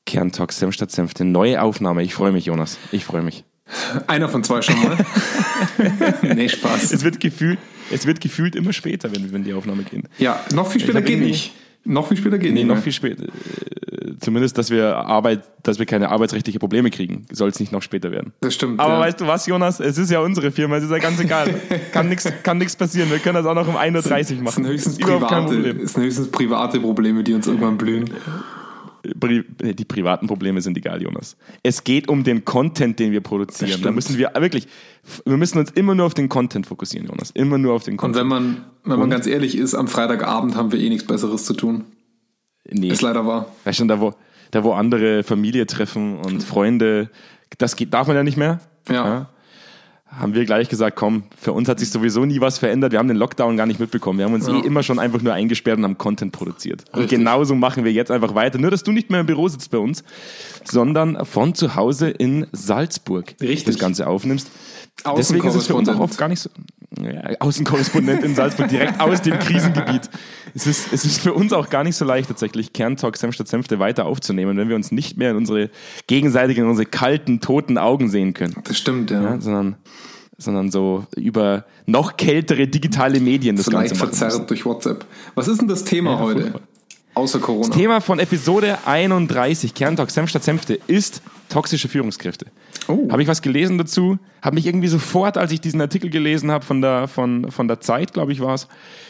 Kerntalk, Senf statt Senfte. Neue Aufnahme. Ich freue mich, Jonas. Ich freue mich. Einer von zwei schon mal. Nee, Spaß. Es wird gefühlt immer später, wenn die Aufnahme geht. Ja, noch viel später geht nicht. Noch viel später geht nicht. Noch viel später. Zumindest, dass wir keine arbeitsrechtliche Probleme kriegen. Soll es nicht noch später werden. Das stimmt. Aber weißt du was, Jonas? Es ist ja unsere Firma, es ist ja ganz egal. Kann nichts passieren. Wir können das auch noch um 1.30 Uhr machen. Das sind höchstens private Probleme, die uns irgendwann blühen. Die privaten Probleme sind egal, Jonas. Es geht um den Content, den wir produzieren. Da müssen wir müssen uns immer nur auf den Content fokussieren, Jonas. Immer nur auf den Content. Und wenn man ganz ehrlich ist, am Freitagabend haben wir nichts Besseres zu tun. Nee. Ist leider wahr. Weißt du, da wo andere Familie treffen und Freunde, darf man ja nicht mehr. Ja. Haben wir gleich gesagt, komm, für uns hat sich sowieso nie was verändert. Wir haben den Lockdown gar nicht mitbekommen. Wir haben uns immer schon einfach nur eingesperrt und haben Content produziert. Und Richtig. genauso machen wir jetzt einfach weiter. Nur, dass du nicht mehr im Büro sitzt bei uns, sondern von zu Hause in Salzburg das Ganze aufnimmst. Deswegen ist es für uns auch oft gar nicht so... Ja, Außenkorrespondent in Salzburg, direkt aus dem Krisengebiet. Es ist für uns auch gar nicht so leicht, tatsächlich Kerntalk, Senf statt Senfte weiter aufzunehmen, wenn wir uns nicht mehr in unsere kalten, toten Augen sehen können. Das stimmt, ja. Sondern so über noch kältere digitale Medien das so Ganze leicht machen verzerrt müssen. durch WhatsApp. Was ist denn das Thema heute? Furchtbar. Außer Corona. Das Thema von Episode 31, Kerntalk, Senf statt Senfte, ist toxische Führungskräfte. Oh. Habe ich was gelesen dazu? Habe mich irgendwie sofort, als ich diesen Artikel gelesen habe von der Zeit, glaube ich, war es,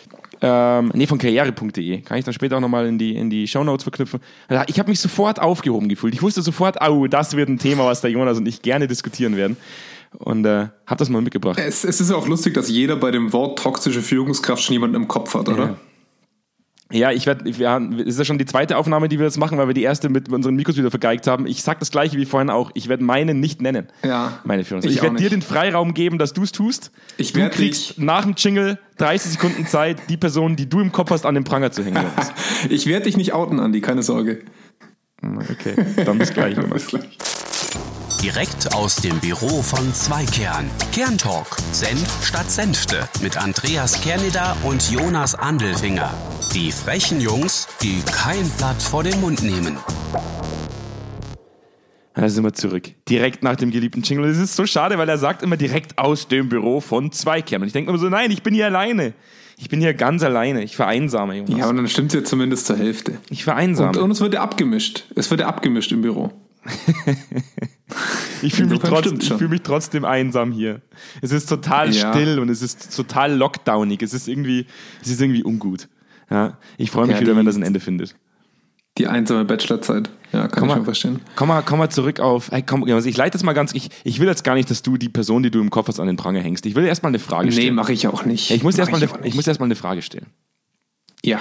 von karriere.de, kann ich dann später auch nochmal in die Shownotes verknüpfen. Ich habe mich sofort aufgehoben gefühlt. Ich wusste sofort, das wird ein Thema, was der Jonas und ich gerne diskutieren werden. Und habe das mal mitgebracht. Es ist auch lustig, dass jeder bei dem Wort toxische Führungskraft schon jemanden im Kopf hat, oder? Ja, es ist ja schon die zweite Aufnahme, die wir jetzt machen, weil wir die erste mit unseren Mikros wieder vergeigt haben. Ich sag das Gleiche wie vorhin auch. Ich werde meine nicht nennen. Ja. Meine Führungskraft. Ich werde dir den Freiraum geben, dass du es tust. Du kriegst nach dem Jingle 30 Sekunden Zeit, die Person, die du im Kopf hast, an den Pranger zu hängen. Ich werde dich nicht outen, Andi, keine Sorge. Okay, dann bis gleich. Bis gleich. Direkt aus dem Büro von Zweikern. Kerntalk, Senf statt Senfte mit Andreas Kerneder und Jonas Andelfinger. Die frechen Jungs, die kein Blatt vor den Mund nehmen. Da sind wir zurück. Direkt nach dem geliebten Jingle. Das ist so schade, weil er sagt immer direkt aus dem Büro von Zweikern. Und ich denke mir so, nein, ich bin hier alleine. Ich bin hier ganz alleine. Ich vereinsame, Jonas. Ja, und dann stimmt es ja zumindest zur Hälfte. Ich vereinsame. Und es wird ja abgemischt. Es wird ja abgemischt im Büro. Ich fühle mich trotzdem einsam hier. Es ist total still und es ist total lockdownig. Es ist irgendwie ungut. Ja, ich freue mich wieder, wenn das ein Ende findet. Die einsame Bachelorzeit. Ja, kann ich schon verstehen. Komm mal zurück auf... ich leite das mal ganz... Ich will jetzt gar nicht, dass du die Person, die du im Kopf hast, an den Pranger hängst. Ich will erstmal eine Frage stellen. Nee, mache ich auch nicht. Ich muss erstmal eine Frage stellen. Ja.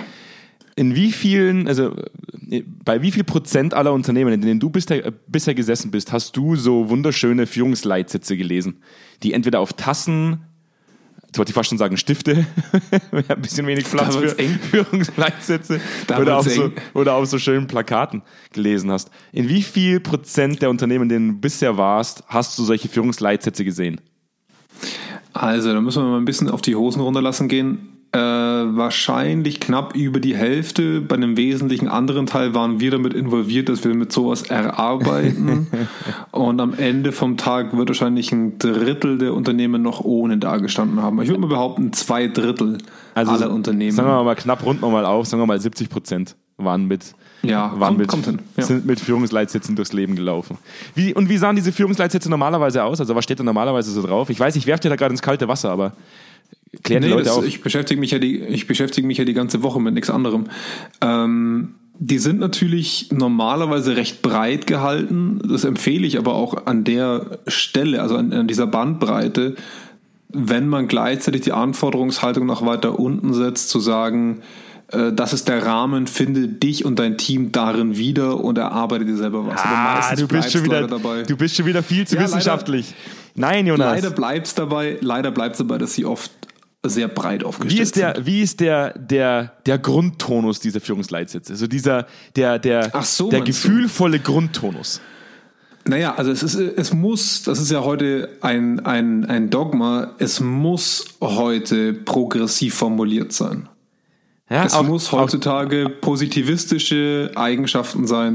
Bei wie viel Prozent aller Unternehmen, in denen du bisher gesessen bist, hast du so wunderschöne Führungsleitsätze gelesen, die entweder auf Tassen, jetzt wollte ich fast schon sagen Stifte, ein bisschen wenig Platz für Führungsleitsätze, oder auf so schönen Plakaten gelesen hast. In wie viel Prozent der Unternehmen, in denen du bisher warst, hast du solche Führungsleitsätze gesehen? Also, da müssen wir mal ein bisschen auf die Hosen runterlassen gehen. Wahrscheinlich knapp über die Hälfte. Bei einem wesentlichen anderen Teil waren wir damit involviert, dass wir mit sowas erarbeiten. Und am Ende vom Tag wird wahrscheinlich ein Drittel der Unternehmen noch ohne dagestanden haben. Ich würde mal behaupten, 2/3 aller Unternehmen. Sagen wir mal knapp, runden wir mal auf, sagen wir mal 70% waren mit Führungsleitsätzen durchs Leben gelaufen. Wie sahen diese Führungsleitsätze normalerweise aus? Also was steht da normalerweise so drauf? Ich weiß, ich werfe dir da gerade ins kalte Wasser, aber klären die Leute auf. Ich beschäftige mich ja die ganze Woche mit nichts anderem. Die sind natürlich normalerweise recht breit gehalten. Das empfehle ich aber auch an der Stelle, also an dieser Bandbreite, wenn man gleichzeitig die Anforderungshaltung noch weiter unten setzt, zu sagen, das ist der Rahmen, finde dich und dein Team darin wieder und erarbeite dir selber was. Du bist schon wieder viel zu wissenschaftlich. Nein, Jonas. Leider bleibt es dabei, dass sie oft sehr breit aufgestellt sind. Wie ist der Grundtonus dieser Führungsleitsätze? Also der gefühlvolle Grundtonus. Naja, also es muss, das ist ja heute ein Dogma, es muss heute progressiv formuliert sein. Ja, es muss heutzutage positivistische Eigenschaften sein,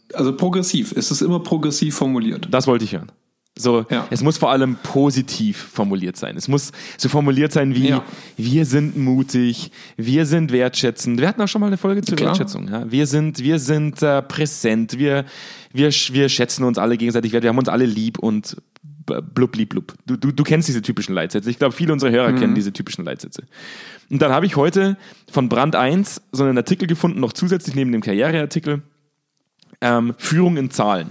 also progressiv. Es ist immer progressiv formuliert. Das wollte ich hören. So, ja. Es muss vor allem positiv formuliert sein. Es muss so formuliert sein wie, wir sind mutig, wir sind wertschätzend. Wir hatten auch schon mal eine Folge zur Wertschätzung. Ja? Wir sind präsent, wir schätzen uns alle gegenseitig wert, wir haben uns alle lieb und blub, lieb, blub. Du kennst diese typischen Leitsätze. Ich glaube, viele unserer Hörer kennen diese typischen Leitsätze. Und dann habe ich heute von Brand 1 so einen Artikel gefunden, noch zusätzlich neben dem Karriereartikel, Führung in Zahlen,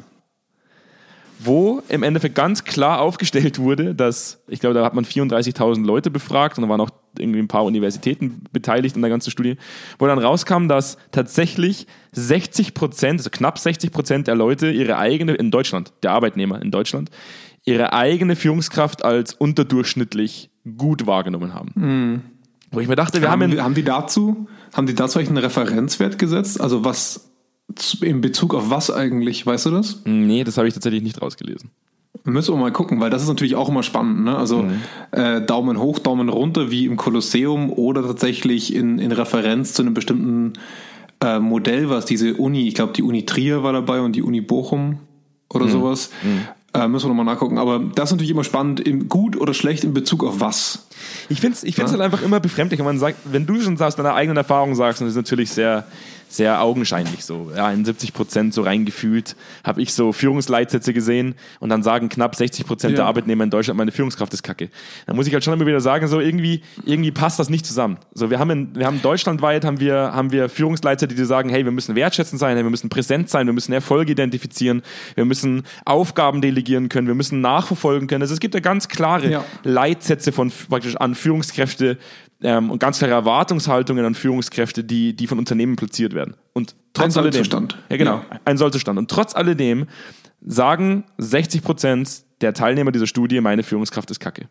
wo im Endeffekt ganz klar aufgestellt wurde, dass, ich glaube, da hat man 34.000 Leute befragt und da waren auch irgendwie ein paar Universitäten beteiligt in der ganzen Studie, wo dann rauskam, dass tatsächlich 60%, also knapp 60% der Leute ihre eigene, in Deutschland, der Arbeitnehmer in Deutschland, ihre eigene Führungskraft als unterdurchschnittlich gut wahrgenommen haben. Mhm. Wo ich mir dachte, haben die dazu eigentlich einen Referenzwert gesetzt? Also was in Bezug auf was eigentlich, weißt du das? Nee, das habe ich tatsächlich nicht rausgelesen. Müssen wir mal gucken, weil das ist natürlich auch immer spannend. Ne? Also Daumen hoch, Daumen runter, wie im Kolosseum oder tatsächlich in Referenz zu einem bestimmten Modell, was diese Uni, ich glaube die Uni Trier war dabei und die Uni Bochum oder sowas. Müssen wir nochmal nachgucken. Aber das ist natürlich immer spannend, gut oder schlecht in Bezug auf was. Ich find's halt einfach immer befremdlich, wenn man sagt, wenn du schon aus deiner eigenen Erfahrung sagst, und das ist natürlich sehr, sehr augenscheinlich so. Ja, in 70% so reingefühlt habe ich so Führungsleitsätze gesehen und dann sagen knapp 60% der Arbeitnehmer in Deutschland, meine Führungskraft ist kacke. Da muss ich halt schon immer wieder sagen, so irgendwie passt das nicht zusammen. So, wir haben deutschlandweit haben wir Führungsleitsätze, die sagen, hey, wir müssen wertschätzend sein, hey, wir müssen präsent sein, wir müssen Erfolge identifizieren, wir müssen Aufgaben delegieren können, wir müssen nachverfolgen können. Also es gibt ja ganz klare Leitsätze praktisch an Führungskräfte, und ganz klare Erwartungshaltungen an Führungskräfte, die von Unternehmen platziert werden. Und trotz alledem, Sollzustand. Ja, genau, ein Sollzustand. Und trotz alledem sagen 60% der Teilnehmer dieser Studie, meine Führungskraft ist kacke.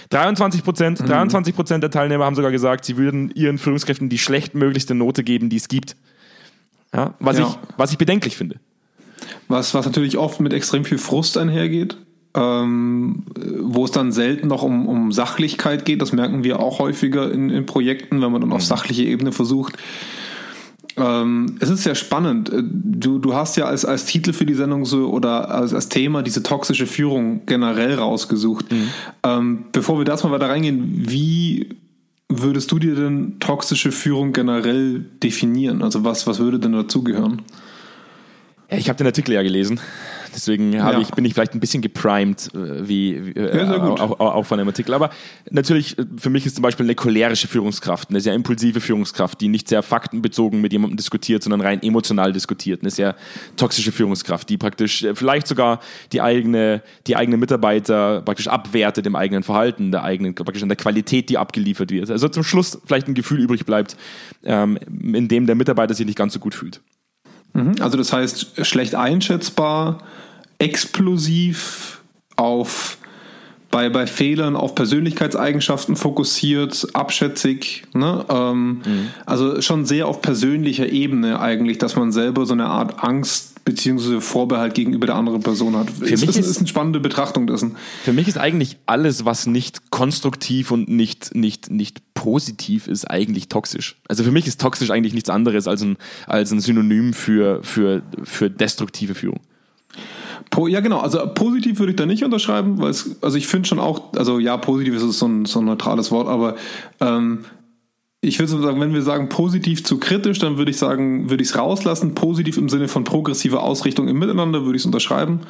23% der Teilnehmer haben sogar gesagt, sie würden ihren Führungskräften die schlechtmöglichste Note geben, die es gibt. Ja, was ich bedenklich finde. Was natürlich oft mit extrem viel Frust einhergeht. Wo es dann selten noch um Sachlichkeit geht, das merken wir auch häufiger in Projekten, wenn man dann auf sachliche Ebene versucht. Es ist sehr spannend. Du hast ja als Titel für die Sendung so oder als Thema diese toxische Führung generell rausgesucht. Bevor wir das mal weiter reingehen, wie würdest du dir denn toxische Führung generell definieren? Also was würde denn dazugehören? Ja, ich habe den Artikel ja gelesen. Deswegen bin ich vielleicht ein bisschen geprimed, auch von dem Artikel. Aber natürlich, für mich ist zum Beispiel eine cholerische Führungskraft, eine sehr impulsive Führungskraft, die nicht sehr faktenbezogen mit jemandem diskutiert, sondern rein emotional diskutiert. Eine sehr toxische Führungskraft, die praktisch vielleicht sogar die eigene Mitarbeiter praktisch abwertet im eigenen Verhalten, praktisch an der Qualität, die abgeliefert wird. Also zum Schluss vielleicht ein Gefühl übrig bleibt, in dem der Mitarbeiter sich nicht ganz so gut fühlt. Also das heißt, schlecht einschätzbar, explosiv, bei Fehlern auf Persönlichkeitseigenschaften fokussiert, abschätzig, ne? Also schon sehr auf persönlicher Ebene eigentlich, dass man selber so eine Art Angst bzw. Vorbehalt gegenüber der anderen Person hat. Das ist eine spannende Betrachtung dessen. Für mich ist eigentlich alles, was nicht konstruktiv und nicht positiv ist, eigentlich toxisch. Also für mich ist toxisch eigentlich nichts anderes als ein Synonym für destruktive Führung. Ja, genau. Also positiv würde ich da nicht unterschreiben, weil ich finde schon auch, also ja, positiv ist so ein neutrales Wort, aber ich würde sagen, wenn wir sagen positiv zu kritisch, dann würde ich es rauslassen. Positiv im Sinne von progressiver Ausrichtung im Miteinander würde ich es unterschreiben.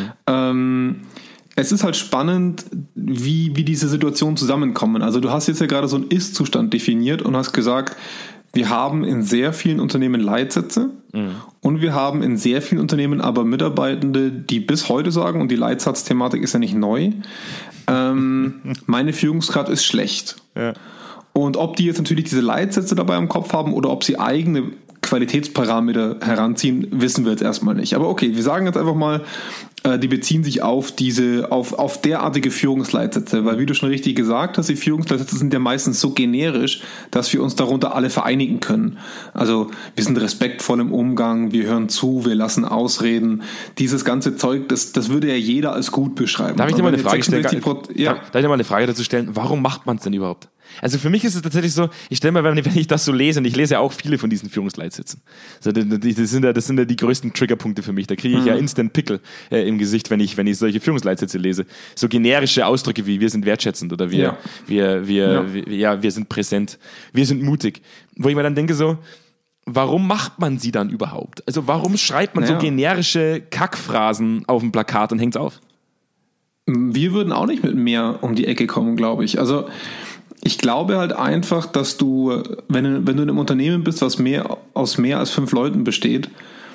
Es ist halt spannend, wie diese Situationen zusammenkommen. Also du hast jetzt ja gerade so einen Ist-Zustand definiert und hast gesagt, wir haben in sehr vielen Unternehmen Leitsätze und wir haben in sehr vielen Unternehmen aber Mitarbeitende, die bis heute sagen, und die Leitsatzthematik ist ja nicht neu, meine Führungskraft ist schlecht. Ja. Und ob die jetzt natürlich diese Leitsätze dabei im Kopf haben oder ob sie eigene Qualitätsparameter heranziehen, wissen wir jetzt erstmal nicht. Aber okay, wir sagen jetzt einfach mal, die beziehen sich auf derartige Führungsleitsätze, weil wie du schon richtig gesagt hast, die Führungsleitsätze sind ja meistens so generisch, dass wir uns darunter alle vereinigen können. Also wir sind respektvoll im Umgang, wir hören zu, wir lassen ausreden. Dieses ganze Zeug, das würde ja jeder als gut beschreiben. Darf ich dir mal eine Frage stellen? Darf ich dir mal eine Frage dazu stellen? Warum macht man es denn überhaupt? Also für mich ist es tatsächlich so, ich stelle mir, wenn ich das so lese, und ich lese ja auch viele von diesen Führungsleitsitzen, das sind ja die größten Triggerpunkte für mich. Da kriege ich ja instant Pickel im Gesicht, wenn ich solche Führungsleitsitze lese. So generische Ausdrücke wie wir sind wertschätzend oder wir sind präsent, wir sind mutig. Wo ich mir dann denke so, warum macht man sie dann überhaupt? Also warum schreibt man so generische Kackphrasen auf ein Plakat und hängt's auf? Wir würden auch nicht mit mehr um die Ecke kommen, glaube ich. Also ich glaube halt einfach, dass du, wenn du in einem Unternehmen bist, was aus mehr als 5 Leuten besteht,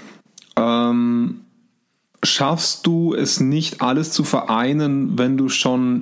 schaffst du es nicht, alles zu vereinen, wenn du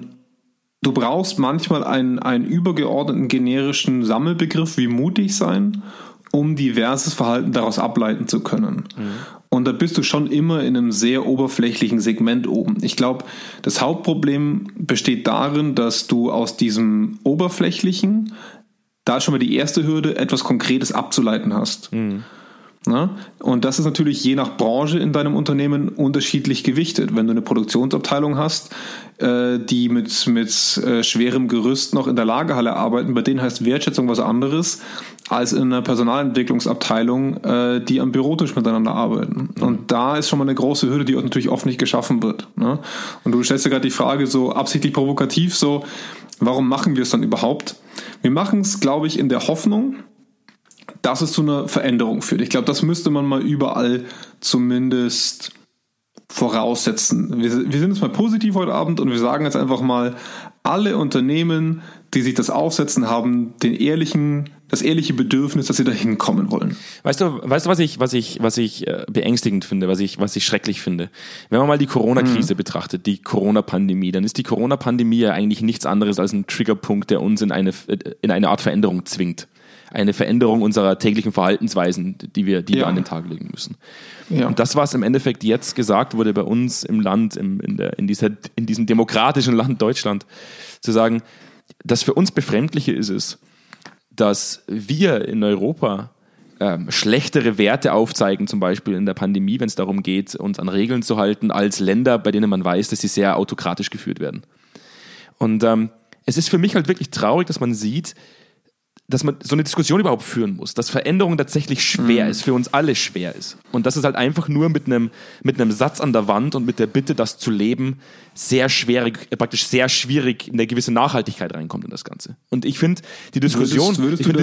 brauchst manchmal einen übergeordneten generischen Sammelbegriff wie mutig sein, um diverses Verhalten daraus ableiten zu können. Und da bist du schon immer in einem sehr oberflächlichen Segment oben. Ich glaube, das Hauptproblem besteht darin, dass du aus diesem Oberflächlichen, da ist schon mal die erste Hürde, etwas Konkretes abzuleiten hast. Na? Und das ist natürlich je nach Branche in deinem Unternehmen unterschiedlich gewichtet. Wenn du eine Produktionsabteilung hast, die mit schwerem Gerüst noch in der Lagerhalle arbeiten, bei denen heißt Wertschätzung was anderes als in einer Personalentwicklungsabteilung, die am Bürotisch miteinander arbeiten. Und da ist schon mal eine große Hürde, die natürlich oft nicht geschaffen wird. Ne? Und du stellst dir gerade die Frage so absichtlich provokativ, so, warum machen wir es dann überhaupt? Wir machen es, glaube ich, in der Hoffnung, dass es zu einer Veränderung führt. Ich glaube, das müsste man mal überall zumindest voraussetzen. Wir sind jetzt mal positiv heute Abend und wir sagen jetzt einfach mal, alle Unternehmen, die sich das aufsetzen, haben das ehrliche Bedürfnis, dass sie dahin kommen wollen. Weißt du, was ich beängstigend finde, was ich schrecklich finde? Wenn man mal die Corona-Krise betrachtet, die Corona-Pandemie, dann ist die Corona-Pandemie ja eigentlich nichts anderes als ein Triggerpunkt, der uns in eine Art Veränderung zwingt. Eine Veränderung unserer täglichen Verhaltensweisen, die wir an den Tag legen müssen. Ja. Und das, was im Endeffekt jetzt gesagt wurde bei uns im Land, in diesem demokratischen Land Deutschland, zu sagen, das für uns Befremdliche ist es, dass wir in Europa schlechtere Werte aufzeigen, zum Beispiel in der Pandemie, wenn es darum geht, uns an Regeln zu halten, als Länder, bei denen man weiß, dass sie sehr autokratisch geführt werden. Und es ist für mich halt wirklich traurig, dass man sieht, dass man so eine Diskussion überhaupt führen muss, dass Veränderung tatsächlich schwer ist, für uns alle schwer ist. Und dass es halt einfach nur mit einem Satz an der Wand und mit der Bitte, das zu leben, sehr schwierig in eine gewisse Nachhaltigkeit reinkommt in das Ganze. Und ich finde, die Diskussion...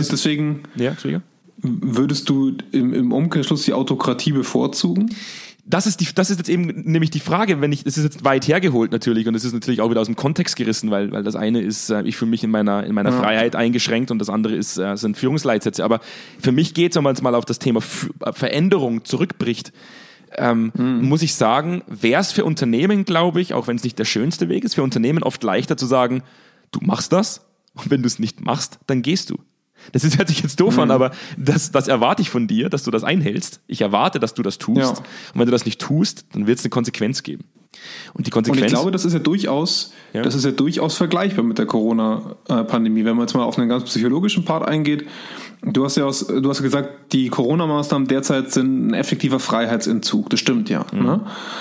Würdest du im Umkehrschluss die Autokratie bevorzugen? Das ist jetzt eben nämlich die Frage, das ist jetzt weit hergeholt natürlich und es ist natürlich auch wieder aus dem Kontext gerissen, weil das eine ist, ich fühle mich in meiner Freiheit eingeschränkt und das andere sind Führungsleitsätze. Aber für mich geht es, wenn man jetzt mal auf das Thema Veränderung zurückbricht, muss ich sagen, wäre es für Unternehmen, glaube ich, auch wenn es nicht der schönste Weg ist, für Unternehmen oft leichter zu sagen, du machst das und wenn du es nicht machst, dann gehst du. Das hört sich jetzt doof an, aber das erwarte ich von dir, dass du das einhältst. Ich erwarte, dass du das tust. Ja. Und wenn du das nicht tust, dann wird es eine Konsequenz geben. Und die Konsequenz. Und ich glaube, das ist ja durchaus vergleichbar mit der Corona-Pandemie. Wenn man jetzt mal auf einen ganz psychologischen Part eingeht, du hast ja gesagt, die Corona-Maßnahmen derzeit sind ein effektiver Freiheitsentzug. Das stimmt ja. Ne?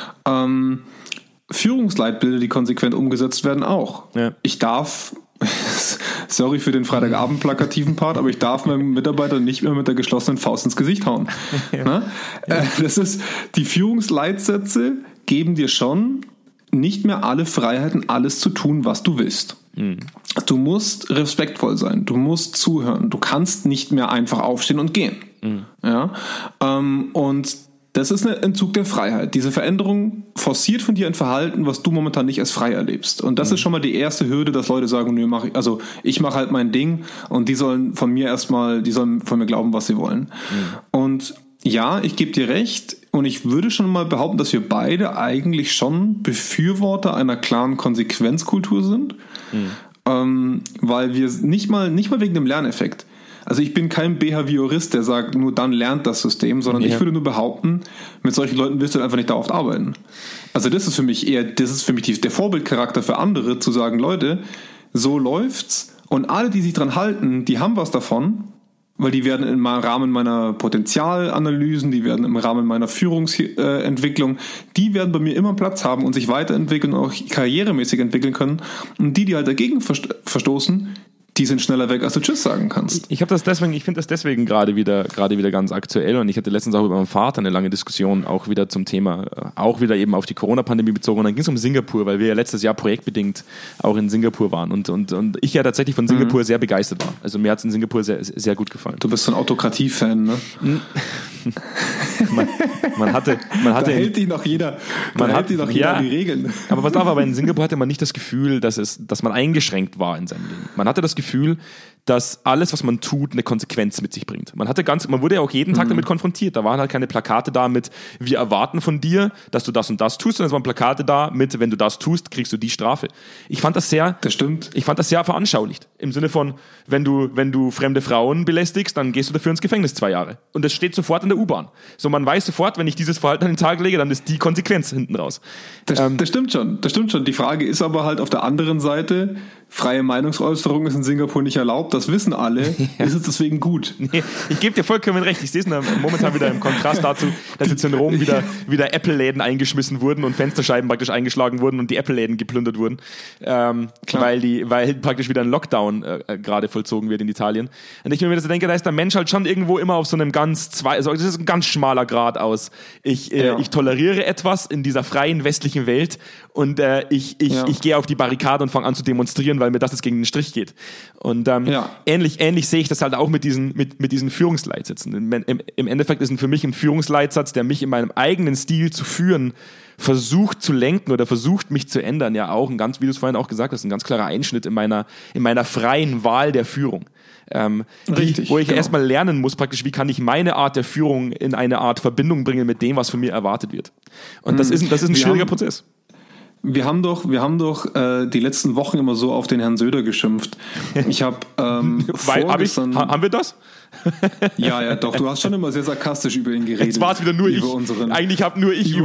Führungsleitbilder, die konsequent umgesetzt werden, auch. Ja. Ich darf... Sorry für den Freitagabend plakativen Part, aber ich darf meinem Mitarbeiter nicht mehr mit der geschlossenen Faust ins Gesicht hauen. Ja. Das ist, die Führungsleitsätze geben dir schon nicht mehr alle Freiheiten, alles zu tun, was du willst. Du musst respektvoll sein, du musst zuhören, du kannst nicht mehr einfach aufstehen und gehen. Ja? Und das ist ein Entzug der Freiheit. Diese Veränderung forciert von dir ein Verhalten, was du momentan nicht als frei erlebst. Und das ist schon mal die erste Hürde, dass Leute sagen, ich mache halt mein Ding und die sollen von mir glauben, was sie wollen. Und ja, ich gebe dir recht und ich würde schon mal behaupten, dass wir beide eigentlich schon Befürworter einer klaren Konsequenzkultur sind, weil wir nicht mal wegen dem Lerneffekt. Also ich bin kein Behaviorist, der sagt, nur dann lernt das System, sondern ich würde nur behaupten, mit solchen Leuten wirst du einfach nicht dauerhaft arbeiten. Also das ist für mich der Vorbildcharakter für andere, zu sagen, Leute, so läuft's und alle, die sich dran halten, die haben was davon, weil die werden im Rahmen meiner Potenzialanalysen, die werden im Rahmen meiner Führungsentwicklung, die werden bei mir immer Platz haben und sich weiterentwickeln und auch karrieremäßig entwickeln können. Und die halt dagegen verstoßen, die sind schneller weg, als du Tschüss sagen kannst. Ich finde das deswegen gerade wieder ganz aktuell, und ich hatte letztens auch mit meinem Vater eine lange Diskussion, auch wieder zum Thema, auch wieder eben auf die Corona-Pandemie bezogen, und dann ging es um Singapur, weil wir ja letztes Jahr projektbedingt auch in Singapur waren und ich ja tatsächlich von Singapur sehr begeistert war. Also mir hat es in Singapur sehr, sehr gut gefallen. Du bist so ein Autokratie-Fan, ne? man hatte da hält dich noch jeder an die Regeln. Aber pass auf, aber in Singapur hatte man nicht das Gefühl, dass man eingeschränkt war in seinem Leben. Man hatte das Gefühl, dass alles, was man tut, eine Konsequenz mit sich bringt. Man wurde ja auch jeden Tag damit konfrontiert. Da waren halt keine Plakate da mit, wir erwarten von dir, dass du das und das tust, sondern es waren Plakate da mit, wenn du das tust, kriegst du die Strafe. Ich fand das sehr veranschaulicht. Im Sinne von, wenn du fremde Frauen belästigst, dann gehst du dafür ins Gefängnis 2 Jahre. Und das steht sofort in der U-Bahn. So, man weiß sofort, wenn ich dieses Verhalten an den Tag lege, dann ist die Konsequenz hinten raus. Das stimmt schon. Die Frage ist aber halt auf der anderen Seite, freie Meinungsäußerung ist in Singapur nicht erlaubt, das wissen alle. Ja. Ist es deswegen gut? Nee, ich gebe dir vollkommen recht. Ich sehe es momentan wieder im Kontrast dazu, dass jetzt in Rom wieder Apple-Läden eingeschmissen wurden und Fensterscheiben praktisch eingeschlagen wurden und die Apple-Läden geplündert wurden, weil praktisch wieder ein Lockdown gerade vollzogen wird in Italien. Und ich mir so denke, da ist der Mensch halt schon irgendwo immer auf so einem das ist ein ganz schmaler Grad aus. Ich toleriere etwas in dieser freien westlichen Welt und ich gehe auf die Barrikade und fange an zu demonstrieren, weil mir das jetzt gegen den Strich geht. Und ähnlich sehe ich das halt auch mit diesen Führungsleitsätzen. Im Endeffekt ist für mich ein Führungsleitsatz, der mich in meinem eigenen Stil zu führen versucht zu lenken oder versucht mich zu ändern, ja auch ein ganz, wie du es vorhin auch gesagt hast, ein ganz klarer Einschnitt in meiner freien Wahl der Führung. Richtig, wo ich erstmal lernen muss, praktisch, wie kann ich meine Art der Führung in eine Art Verbindung bringen mit dem, was von mir erwartet wird. Und das ist ein schwieriger Prozess. Wir haben doch die letzten Wochen immer so auf den Herrn Söder geschimpft. Ich habe haben wir das? Ja, doch. Du hast schon immer sehr sarkastisch über ihn geredet. Jetzt war es wieder nur ich. Eigentlich habe nur ich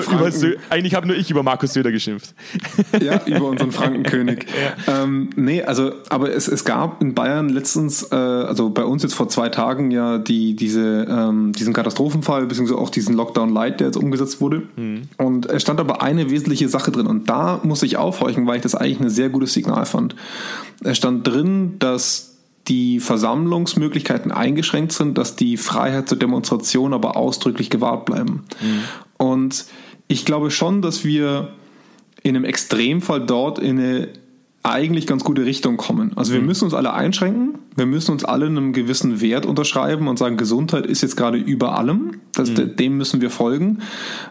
über Markus Söder geschimpft. Ja, über unseren Frankenkönig. Ja. Aber es gab in Bayern letztens, also bei uns jetzt vor 2 Tagen ja diesen Katastrophenfall, beziehungsweise auch diesen Lockdown Light, der jetzt umgesetzt wurde. Und es stand aber eine wesentliche Sache drin. Und da muss ich aufhorchen, weil ich das eigentlich ein sehr gutes Signal fand. Es stand drin, dass die Versammlungsmöglichkeiten eingeschränkt sind, dass die Freiheit zur Demonstration aber ausdrücklich gewahrt bleiben. Und ich glaube schon, dass wir in einem Extremfall dort in eine eigentlich ganz gute Richtung kommen. Also wir müssen uns alle einschränken, wir müssen uns alle einem gewissen Wert unterschreiben und sagen, Gesundheit ist jetzt gerade über allem, dem müssen wir folgen.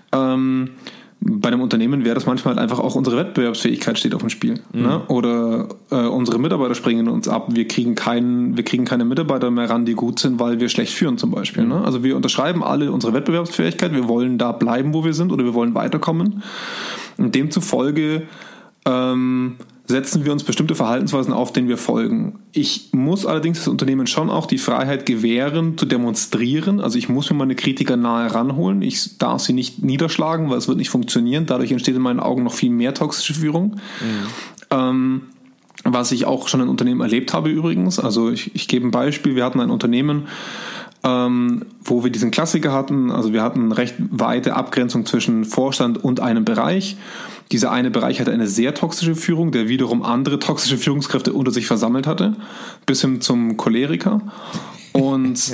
Bei einem Unternehmen wäre das manchmal halt einfach auch unsere Wettbewerbsfähigkeit steht auf dem Spiel. Ne? Oder unsere Mitarbeiter springen uns ab. Wir kriegen keine Mitarbeiter mehr ran, die gut sind, weil wir schlecht führen zum Beispiel. Ne? Also wir unterschreiben alle unsere Wettbewerbsfähigkeit. Wir wollen da bleiben, wo wir sind, oder wir wollen weiterkommen. Und demzufolge setzen wir uns bestimmte Verhaltensweisen auf, denen wir folgen. Ich muss allerdings das Unternehmen schon auch die Freiheit gewähren, zu demonstrieren. Also ich muss mir meine Kritiker nahe ranholen. Ich darf sie nicht niederschlagen, weil es wird nicht funktionieren. Dadurch entsteht in meinen Augen noch viel mehr toxische Führung. Was ich auch schon in Unternehmen erlebt habe übrigens. Also ich gebe ein Beispiel. Wir hatten ein Unternehmen, wo wir diesen Klassiker hatten. Also wir hatten recht weite Abgrenzung zwischen Vorstand und einem Bereich. Dieser eine Bereich hatte eine sehr toxische Führung, der wiederum andere toxische Führungskräfte unter sich versammelt hatte, bis hin zum Choleriker. Und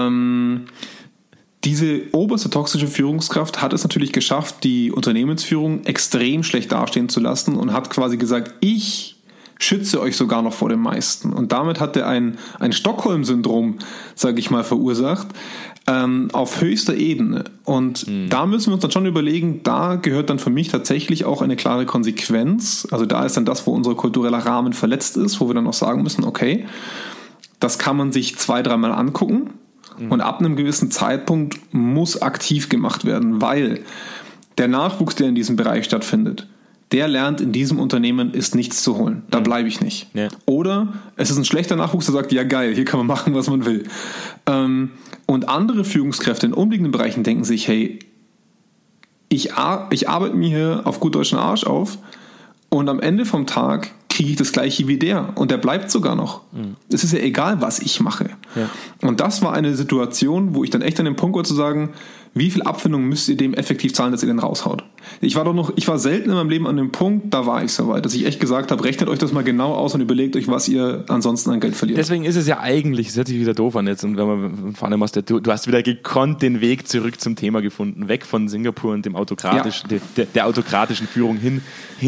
diese oberste toxische Führungskraft hat es natürlich geschafft, die Unternehmensführung extrem schlecht dastehen zu lassen und hat quasi gesagt, ich schütze euch sogar noch vor dem meisten. Und damit hat er ein Stockholm-Syndrom, sage ich mal, verursacht, auf höchster Ebene. Und da müssen wir uns dann schon überlegen, da gehört dann für mich tatsächlich auch eine klare Konsequenz. Also da ist dann das, wo unser kultureller Rahmen verletzt ist, wo wir dann auch sagen müssen, okay, das kann man sich 2-3 Mal angucken und ab einem gewissen Zeitpunkt muss aktiv gemacht werden, weil der Nachwuchs, der in diesem Bereich stattfindet, der lernt, in diesem Unternehmen ist nichts zu holen. Da bleibe ich nicht. Ja. Oder es ist ein schlechter Nachwuchs, der sagt, ja geil, hier kann man machen, was man will. Und andere Führungskräfte in umliegenden Bereichen denken sich, hey, ich arbeite mir hier auf gut deutschen Arsch auf und am Ende vom Tag kriege ich das Gleiche wie der. Und der bleibt sogar noch. Es ist ja egal, was ich mache. Ja. Und das war eine Situation, wo ich dann echt an dem Punkt war zu sagen, wie viel Abfindung müsst ihr dem effektiv zahlen, dass ihr den raushaut? Ich war selten in meinem Leben an dem Punkt, da war ich soweit, dass ich echt gesagt habe, rechnet euch das mal genau aus und überlegt euch, was ihr ansonsten an Geld verliert. Deswegen ist es ja eigentlich, das hört sich wieder doof an jetzt, und wenn man vor allem du hast wieder gekonnt den Weg zurück zum Thema gefunden, weg von Singapur und dem autokratischen, der autokratischen Führung hin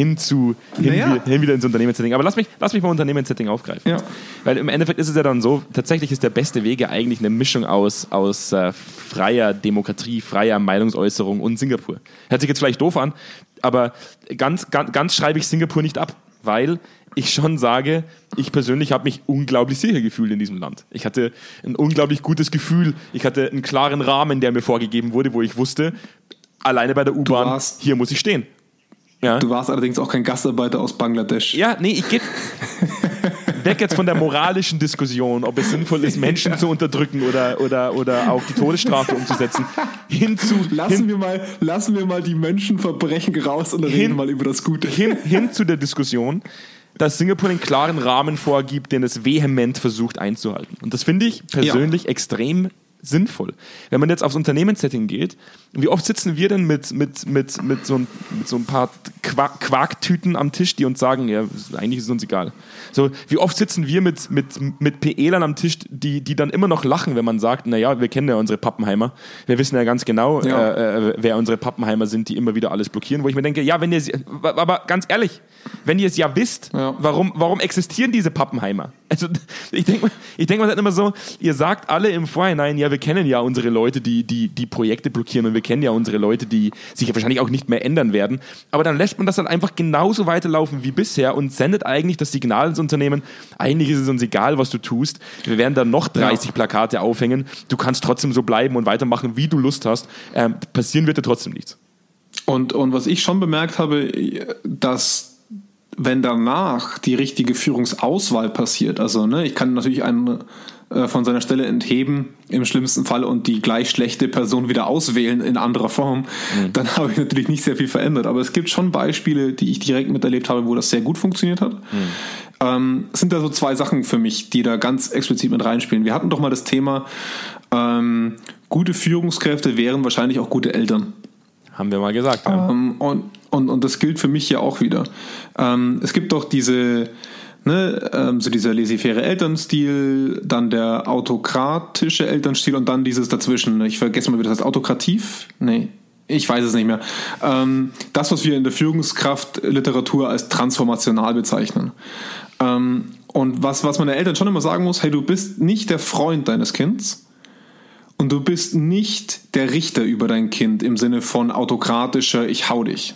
wieder ins Unternehmenssetting. Aber lass mich mal Unternehmenssetting aufgreifen. Ja. Weil im Endeffekt ist es ja dann so, tatsächlich ist der beste Weg ja eigentlich eine Mischung aus freier Demokratie, freier Meinungsäußerung und Singapur. Hört sich jetzt vielleicht doof an, aber ganz schreibe ich Singapur nicht ab, weil ich schon sage, ich persönlich habe mich unglaublich sicher gefühlt in diesem Land. Ich hatte ein unglaublich gutes Gefühl, ich hatte einen klaren Rahmen, der mir vorgegeben wurde, wo ich wusste, alleine bei der U-Bahn, hier muss ich stehen. Ja. Du warst allerdings auch kein Gastarbeiter aus Bangladesch. Ja, nee, ich gehe weg jetzt von der moralischen Diskussion, ob es sinnvoll ist, Menschen zu unterdrücken oder auch die Todesstrafe umzusetzen. Lassen wir mal die Menschenverbrechen raus und reden mal über das Gute. Hin zu der Diskussion, dass Singapur einen klaren Rahmen vorgibt, den es vehement versucht einzuhalten. Und das finde ich persönlich extrem sinnvoll. Wenn man jetzt aufs Unternehmenssetting geht, wie oft sitzen wir denn mit so ein paar Quarktüten am Tisch, die uns sagen, ja, eigentlich ist es uns egal. So, wie oft sitzen wir mit PElern am Tisch, die dann immer noch lachen, wenn man sagt, naja, wir kennen ja unsere Pappenheimer, wir wissen ja ganz genau, wer unsere Pappenheimer sind, die immer wieder alles blockieren, wo ich mir denke, ja, aber ganz ehrlich, wenn ihr es ja wisst, warum existieren diese Pappenheimer? Also ich denke mal dann immer so, ihr sagt alle im Vorhinein, ja, wir kennen ja unsere Leute, die Projekte blockieren, und wir kennen ja unsere Leute, die sich ja wahrscheinlich auch nicht mehr ändern werden, aber dann lässt man das dann einfach genauso weiterlaufen wie bisher und sendet eigentlich das Signal ins Unternehmen, eigentlich ist es uns egal, was du tust, wir werden dann noch 30 Plakate aufhängen, du kannst trotzdem so bleiben und weitermachen, wie du Lust hast, passieren wird dir trotzdem nichts. Und was ich schon bemerkt habe, dass wenn danach die richtige Führungsauswahl passiert, also ich kann natürlich einen von seiner Stelle entheben, im schlimmsten Fall, und die gleich schlechte Person wieder auswählen in anderer Form, dann habe ich natürlich nicht sehr viel verändert. Aber es gibt schon Beispiele, die ich direkt miterlebt habe, wo das sehr gut funktioniert hat. Es sind da so zwei Sachen für mich, die da ganz explizit mit reinspielen. Wir hatten doch mal das Thema, gute Führungskräfte wären wahrscheinlich auch gute Eltern. Haben wir mal gesagt. Und das gilt für mich ja auch wieder. Es gibt doch diese, so dieser laissez-faire Elternstil, dann der autokratische Elternstil und dann dieses dazwischen. Ich vergesse mal, wie das heißt. Autokrativ? Nee, ich weiß es nicht mehr. Das, was wir in der Führungskraftliteratur als transformational bezeichnen. Und was man den Eltern schon immer sagen muss, hey, du bist nicht der Freund deines Kindes. Und du bist nicht der Richter über dein Kind im Sinne von autokratischer, ich hau dich,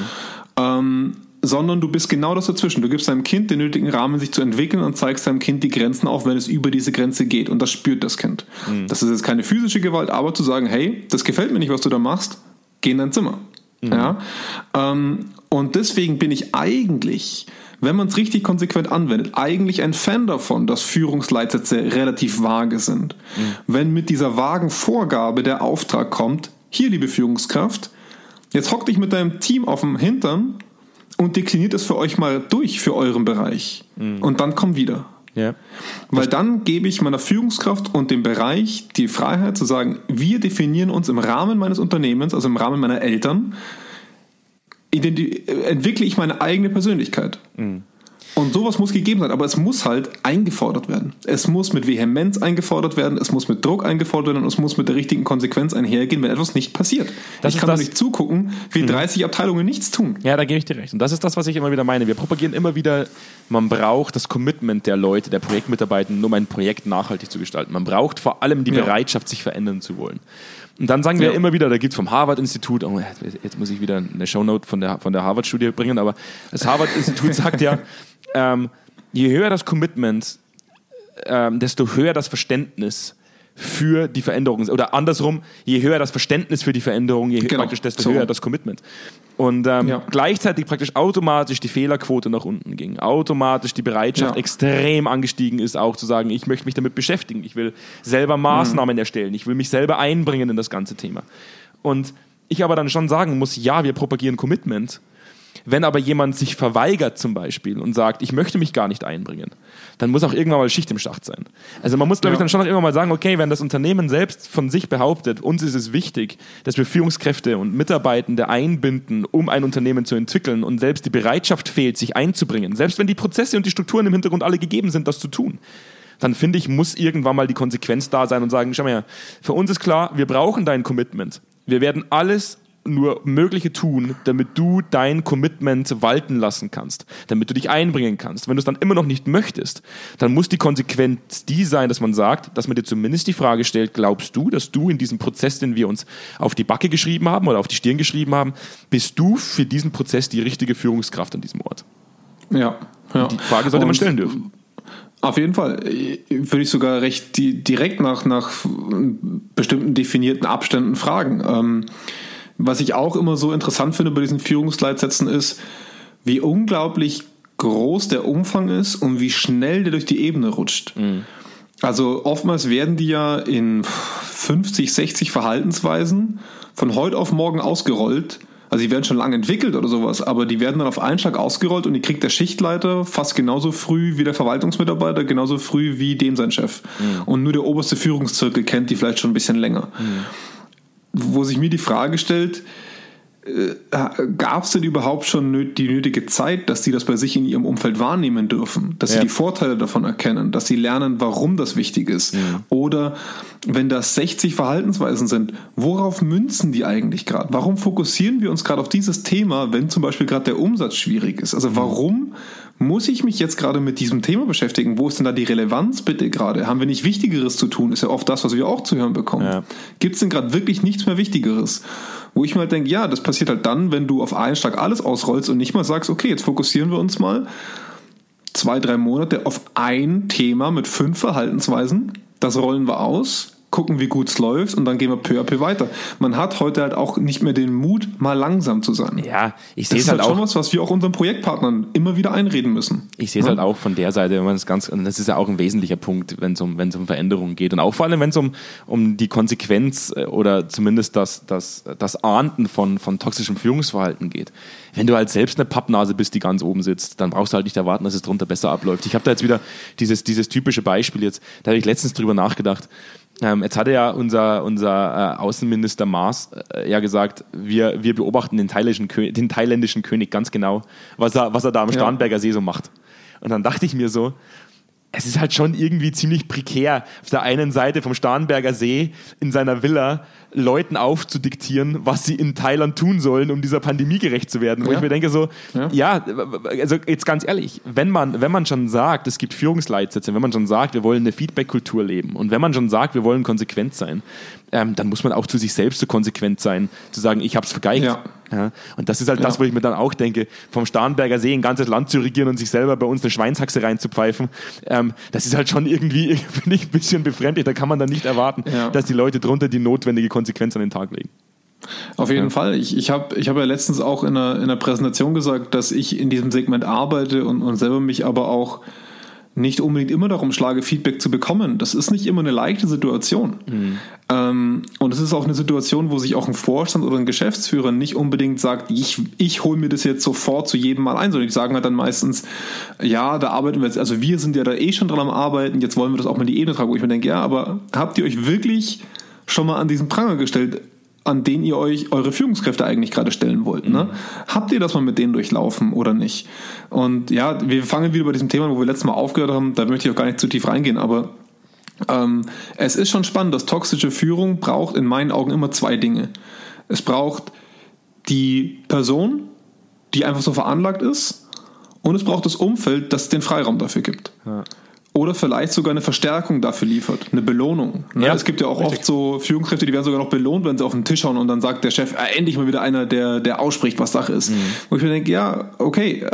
sondern du bist genau das dazwischen. Du gibst deinem Kind den nötigen Rahmen, sich zu entwickeln, und zeigst deinem Kind die Grenzen auf, wenn es über diese Grenze geht. Und das spürt das Kind. Das ist jetzt keine physische Gewalt, aber zu sagen, hey, das gefällt mir nicht, was du da machst, geh in dein Zimmer. Ja? Und deswegen bin ich eigentlich, wenn man es richtig konsequent anwendet, eigentlich ein Fan davon, dass Führungsleitsätze relativ vage sind. Wenn mit dieser vagen Vorgabe der Auftrag kommt, hier, liebe Führungskraft, jetzt hock dich mit deinem Team auf dem Hintern und dekliniert es für euch mal durch für euren Bereich. Und dann komm wieder. Ja. Weil dann gebe ich meiner Führungskraft und dem Bereich die Freiheit zu sagen, wir definieren uns im Rahmen meines Unternehmens, also im Rahmen meiner Eltern, entwickle ich meine eigene Persönlichkeit. Und sowas muss gegeben sein, aber es muss halt eingefordert werden. Es muss mit Vehemenz eingefordert werden, es muss mit Druck eingefordert werden und es muss mit der richtigen Konsequenz einhergehen, wenn etwas nicht passiert. Ich kann doch nicht zugucken, wie 30 Abteilungen nichts tun. Ja, da gebe ich dir recht. Und das ist das, was ich immer wieder meine. Wir propagieren immer wieder, man braucht das Commitment der Leute, der Projektmitarbeiter, um ein Projekt nachhaltig zu gestalten. Man braucht vor allem die Bereitschaft, sich verändern zu wollen. Und dann sagen wir immer wieder, da gibt es vom Harvard-Institut, jetzt muss ich wieder eine Shownote von der Harvard-Studie bringen, aber das Harvard-Institut sagt ja, je höher das Commitment, desto höher das Verständnis für die Veränderung. Oder andersrum, je höher das Verständnis für die Veränderung, desto höher das Commitment. Und gleichzeitig praktisch automatisch die Fehlerquote nach unten ging. Automatisch die Bereitschaft extrem angestiegen ist, auch zu sagen, ich möchte mich damit beschäftigen. Ich will selber Maßnahmen erstellen. Ich will mich selber einbringen in das ganze Thema. Und ich aber dann schon sagen muss, ja, wir propagieren Commitment. Wenn aber jemand sich verweigert zum Beispiel und sagt, ich möchte mich gar nicht einbringen, dann muss auch irgendwann mal Schicht im Schacht sein. Also man muss, glaube ich, dann schon auch irgendwann mal sagen, okay, wenn das Unternehmen selbst von sich behauptet, uns ist es wichtig, dass wir Führungskräfte und Mitarbeitende einbinden, um ein Unternehmen zu entwickeln und selbst die Bereitschaft fehlt, sich einzubringen, selbst wenn die Prozesse und die Strukturen im Hintergrund alle gegeben sind, das zu tun, dann finde ich, muss irgendwann mal die Konsequenz da sein und sagen, schau mal her, für uns ist klar, wir brauchen dein Commitment. Wir werden alles nur Mögliche tun, damit du dein Commitment walten lassen kannst, damit du dich einbringen kannst. Wenn du es dann immer noch nicht möchtest, dann muss die Konsequenz die sein, dass man sagt, dass man dir zumindest die Frage stellt, glaubst du, dass du in diesem Prozess, den wir uns auf die Backe geschrieben haben oder auf die Stirn geschrieben haben, bist du für diesen Prozess die richtige Führungskraft an diesem Ort? Ja. Die Frage sollte man stellen dürfen. Auf jeden Fall würde ich sogar recht direkt nach bestimmten definierten Abständen fragen. Was ich auch immer so interessant finde bei diesen Führungsleitsätzen ist, wie unglaublich groß der Umfang ist und wie schnell der durch die Ebene rutscht. Mhm. Also oftmals werden die ja in 50, 60 Verhaltensweisen von heute auf morgen ausgerollt. Also die werden schon lange entwickelt oder sowas, aber die werden dann auf einen Schlag ausgerollt und die kriegt der Schichtleiter fast genauso früh wie der Verwaltungsmitarbeiter, genauso früh wie dem sein Chef. Mhm. Und nur der oberste Führungszirkel kennt die vielleicht schon ein bisschen länger. Mhm. Wo sich mir die Frage stellt, gab es denn überhaupt schon die nötige Zeit, dass die das bei sich in ihrem Umfeld wahrnehmen dürfen, dass sie die Vorteile davon erkennen, dass sie lernen, warum das wichtig ist? Ja. Oder wenn das 60 Verhaltensweisen sind, worauf münzen die eigentlich gerade? Warum fokussieren wir uns gerade auf dieses Thema, wenn zum Beispiel gerade der Umsatz schwierig ist? Also warum muss ich mich jetzt gerade mit diesem Thema beschäftigen? Wo ist denn da die Relevanz bitte gerade? Haben wir nicht Wichtigeres zu tun? Ist ja oft das, was wir auch zu hören bekommen. Ja. Gibt es denn gerade wirklich nichts mehr Wichtigeres? Wo ich mir halt denke, ja, das passiert halt dann, wenn du auf einen Schlag alles ausrollst und nicht mal sagst, okay, jetzt fokussieren wir uns mal 2-3 Monate auf ein Thema mit 5 Verhaltensweisen. Das rollen wir aus, gucken, wie gut es läuft und dann gehen wir peu à peu weiter. Man hat heute halt auch nicht mehr den Mut, mal langsam zu sein. Ja, ich sehe es halt auch. Das ist schon was wir auch unseren Projektpartnern immer wieder einreden müssen. Ich sehe es halt auch von der Seite, wenn man es und das ist ja auch ein wesentlicher Punkt, wenn es um Veränderungen geht und auch vor allem, wenn es um die Konsequenz oder zumindest das Ahnden von toxischem Führungsverhalten geht. Wenn du halt selbst eine Pappnase bist, die ganz oben sitzt, dann brauchst du halt nicht erwarten, dass es drunter besser abläuft. Ich habe da jetzt wieder dieses typische Beispiel jetzt, da habe ich letztens drüber nachgedacht. Jetzt hatte ja unser Außenminister Maas ja gesagt, wir beobachten den thailändischen König ganz genau, was er da am Starnberger See so macht. Und dann dachte ich mir so, es ist halt schon irgendwie ziemlich prekär, auf der einen Seite vom Starnberger See in seiner Villa Leuten aufzudiktieren, was sie in Thailand tun sollen, um dieser Pandemie gerecht zu werden. Wo ich mir denke so, also jetzt ganz ehrlich, wenn man schon sagt, es gibt Führungsleitsätze, wenn man schon sagt, wir wollen eine Feedback-Kultur leben und wenn man schon sagt, wir wollen konsequent sein, dann muss man auch zu sich selbst so konsequent sein, zu sagen, ich hab's vergeigt. Ja. Und das ist halt das, wo ich mir dann auch denke, vom Starnberger See ein ganzes Land zu regieren und sich selber bei uns eine Schweinshaxe reinzupfeifen, das ist halt schon irgendwie, finde ich, ein bisschen befremdlich. Da kann man dann nicht erwarten, dass die Leute drunter die notwendige Konsequenz an den Tag legen. Auf jeden Fall. Ich hab ja letztens auch in einer Präsentation gesagt, dass ich in diesem Segment arbeite und selber mich aber auch nicht unbedingt immer darum schlage, Feedback zu bekommen. Das ist nicht immer eine leichte Situation. Und es ist auch eine Situation, wo sich auch ein Vorstand oder ein Geschäftsführer nicht unbedingt sagt, ich hole mir das jetzt sofort zu jedem Mal ein, sondern die sagen halt dann meistens, ja, da arbeiten wir jetzt, also wir sind ja da schon dran am Arbeiten, jetzt wollen wir das auch mal in die Ebene tragen, wo ich mir denke, ja, aber habt ihr euch wirklich schon mal an diesen Pranger gestellt, an den ihr euch eure Führungskräfte eigentlich gerade stellen wollt. Ne? Habt ihr das mal mit denen durchlaufen oder nicht? Und ja, wir fangen wieder bei diesem Thema, wo wir letztes Mal aufgehört haben, da möchte ich auch gar nicht zu tief reingehen, aber es ist schon spannend, dass toxische Führung braucht in meinen Augen immer 2 Dinge. Es braucht die Person, die einfach so veranlagt ist, und es braucht das Umfeld, das den Freiraum dafür gibt. Ja. Oder vielleicht sogar eine Verstärkung dafür liefert, eine Belohnung. Ne? Ja, es gibt ja auch oft so Führungskräfte, die werden sogar noch belohnt, wenn sie auf den Tisch hauen und dann sagt der Chef, endlich mal wieder einer, der ausspricht, was Sache ist. Wo ich mir denke, ja, okay,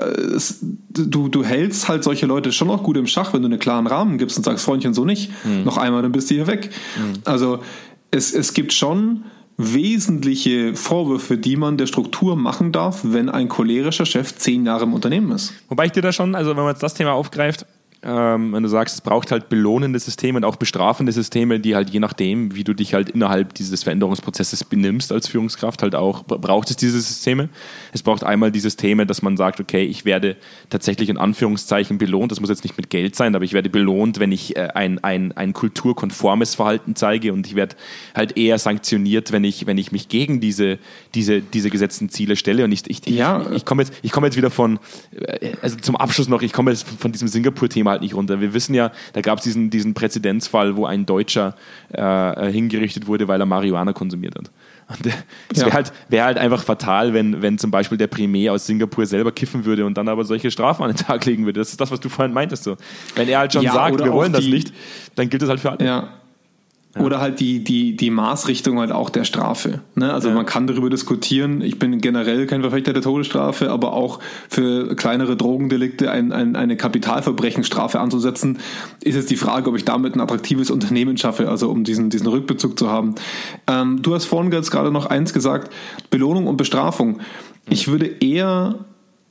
du hältst halt solche Leute schon noch gut im Schach, wenn du einen klaren Rahmen gibst und sagst, Freundchen, so nicht. Noch einmal, dann bist du hier weg. Also es gibt schon wesentliche Vorwürfe, die man der Struktur machen darf, wenn ein cholerischer Chef 10 Jahre im Unternehmen ist. Wobei ich dir da schon, also wenn man jetzt das Thema aufgreift, wenn du sagst, es braucht halt belohnende Systeme und auch bestrafende Systeme, die halt je nachdem, wie du dich halt innerhalb dieses Veränderungsprozesses benimmst als Führungskraft, halt auch braucht es diese Systeme. Es braucht einmal die Systeme, dass man sagt, okay, ich werde tatsächlich in Anführungszeichen belohnt, das muss jetzt nicht mit Geld sein, aber ich werde belohnt, wenn ich ein kulturkonformes Verhalten zeige, und ich werde halt eher sanktioniert, wenn ich mich gegen diese gesetzten Ziele stelle. Und ich komme jetzt wieder von, also zum Abschluss noch, ich komme jetzt von diesem Singapur-Thema halt nicht runter. Wir wissen ja, da gab es diesen Präzedenzfall, wo ein Deutscher hingerichtet wurde, weil er Marihuana konsumiert hat. Und es wäre halt einfach fatal, wenn zum Beispiel der Premier aus Singapur selber kiffen würde und dann aber solche Strafen an den Tag legen würde. Das ist das, was du vorhin meintest. So. Wenn er halt schon sagt, wir wollen das nicht, dann gilt das halt für alle. Ja. Oder halt die Maßrichtung halt auch der Strafe. Ne? Also man kann darüber diskutieren. Ich bin generell kein Verfechter der Todesstrafe, aber auch für kleinere Drogendelikte eine Kapitalverbrechensstrafe anzusetzen, ist jetzt die Frage, ob ich damit ein attraktives Unternehmen schaffe, also um diesen Rückbezug zu haben. Du hast vorhin jetzt gerade noch eins gesagt, Belohnung und Bestrafung. Ich würde eher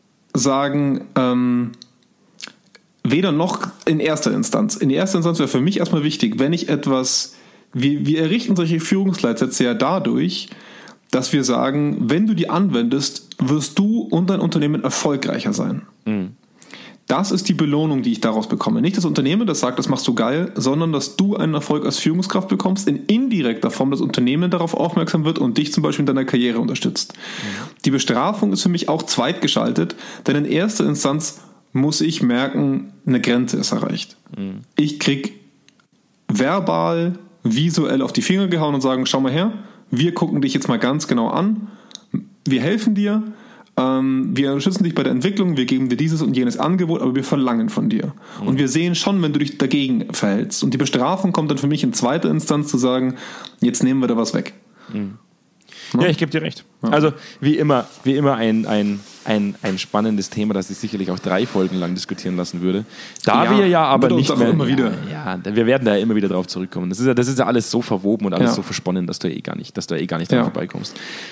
sagen, weder noch in erster Instanz. In erster Instanz wäre für mich erstmal wichtig, wenn ich etwas... Wir errichten solche Führungsleitsätze ja dadurch, dass wir sagen, wenn du die anwendest, wirst du und dein Unternehmen erfolgreicher sein. Mhm. Das ist die Belohnung, die ich daraus bekomme. Nicht das Unternehmen, das sagt, das machst du geil, sondern dass du einen Erfolg als Führungskraft bekommst, in indirekter Form das Unternehmen darauf aufmerksam wird und dich zum Beispiel in deiner Karriere unterstützt. Mhm. Die Bestrafung ist für mich auch zweitgeschaltet, denn in erster Instanz muss ich merken, eine Grenze ist erreicht. Mhm. Ich krieg verbal, visuell auf die Finger gehauen und sagen, schau mal her, wir gucken dich jetzt mal ganz genau an, wir helfen dir, wir unterstützen dich bei der Entwicklung, wir geben dir dieses und jenes Angebot, aber wir verlangen von dir. Mhm. Und wir sehen schon, wenn du dich dagegen verhältst. Und die Bestrafung kommt dann für mich in zweiter Instanz zu sagen, jetzt nehmen wir da was weg. Mhm. Ja, ich gebe dir recht. Ja. Also wie immer ein spannendes Thema, das ich sicherlich auch 3 Folgen lang diskutieren lassen würde. Wir ja aber nicht mehr... Immer wieder. Wir werden da ja immer wieder drauf zurückkommen. Das ist ja alles so verwoben und alles so versponnen, dass du gar nicht dran vorbeikommst.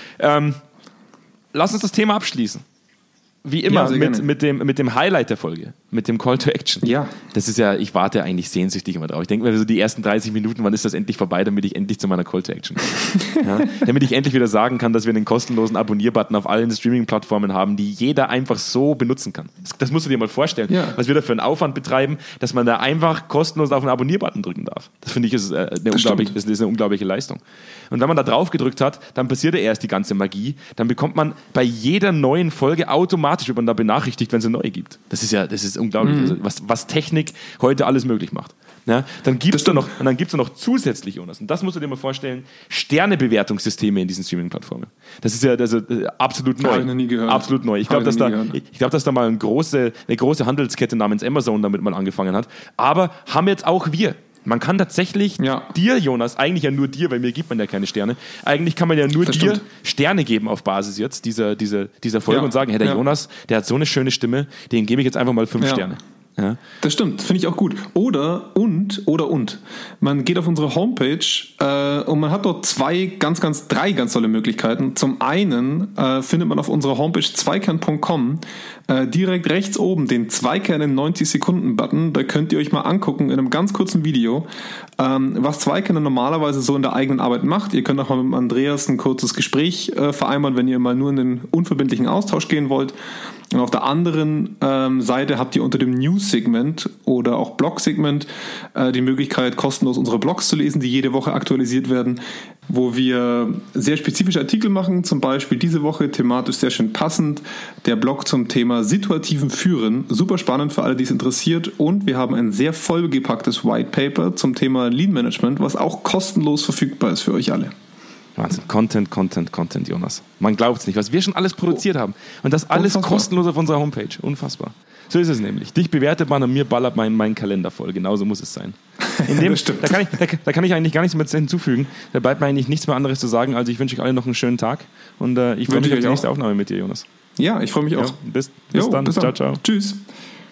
Lass uns das Thema abschließen. Wie immer, mit dem Highlight der Folge, mit dem Call to Action. Ja. Das ist ja, ich warte eigentlich sehnsüchtig immer drauf. Ich denke mir so die ersten 30 Minuten, wann ist das endlich vorbei, damit ich endlich zu meiner Call to Action komme. Ja? Damit ich endlich wieder sagen kann, dass wir einen kostenlosen Abonnier-Button auf allen Streaming-Plattformen haben, die jeder einfach so benutzen kann. Das musst du dir mal vorstellen, was wir da für einen Aufwand betreiben, dass man da einfach kostenlos auf einen Abonnier-Button drücken darf. Das finde ich ist eine unglaubliche Leistung. Und wenn man da drauf gedrückt hat, dann passiert ja erst die ganze Magie. Dann bekommt man bei jeder neuen Folge automatisch, wird man da benachrichtigt, wenn es eine neue gibt. Das ist unglaublich, was Technik heute alles möglich macht. Ja, dann gibt es da noch zusätzlich, Jonas, und das musst du dir mal vorstellen, Sternebewertungssysteme in diesen Streaming-Plattformen. Das ist ja absolut neu. Habe ich noch nie gehört. Absolut neu. Ich glaube, dass da mal eine große Handelskette namens Amazon damit mal angefangen hat. Aber haben jetzt auch wir. Man kann tatsächlich dir, Jonas, eigentlich ja nur dir, weil mir gibt man ja keine Sterne, eigentlich kann man ja nur dir Sterne geben auf Basis jetzt dieser Folge und sagen, hey, der Jonas, der hat so eine schöne Stimme, den gebe ich jetzt einfach mal 5 Sterne. Ja. Das stimmt, finde ich auch gut. Oder. Man geht auf unsere Homepage und man hat dort drei ganz tolle Möglichkeiten. Zum einen findet man auf unserer Homepage zweikern.com direkt rechts oben den Zweikern in 90 Sekunden Button. Da könnt ihr euch mal angucken in einem ganz kurzen Video, was Zweikern normalerweise so in der eigenen Arbeit macht. Ihr könnt auch mal mit Andreas ein kurzes Gespräch vereinbaren, wenn ihr mal nur in den unverbindlichen Austausch gehen wollt. Und auf der anderen Seite habt ihr unter dem News-Segment oder auch Blog-Segment die Möglichkeit, kostenlos unsere Blogs zu lesen, die jede Woche aktualisiert werden, wo wir sehr spezifische Artikel machen, zum Beispiel diese Woche thematisch sehr schön passend, der Blog zum Thema situativen Führen, super spannend für alle, die es interessiert, und wir haben ein sehr vollgepacktes White Paper zum Thema Lean Management, was auch kostenlos verfügbar ist für euch alle. Wahnsinn. Content, Jonas. Man glaubt es nicht, was wir schon alles produziert haben. Und das alles kostenlos auf unserer Homepage. Unfassbar. So ist es nämlich. Dich bewertet man und mir ballert mein Kalender voll. Genauso muss es sein. Da kann ich eigentlich gar nichts mehr hinzufügen. Da bleibt mir eigentlich nichts mehr anderes zu sagen. Also ich wünsche euch alle noch einen schönen Tag. Und ich freue mich auf die nächste Aufnahme mit dir, Jonas. Ja, ich freue mich auch. Bis dann. Ciao. Tschüss.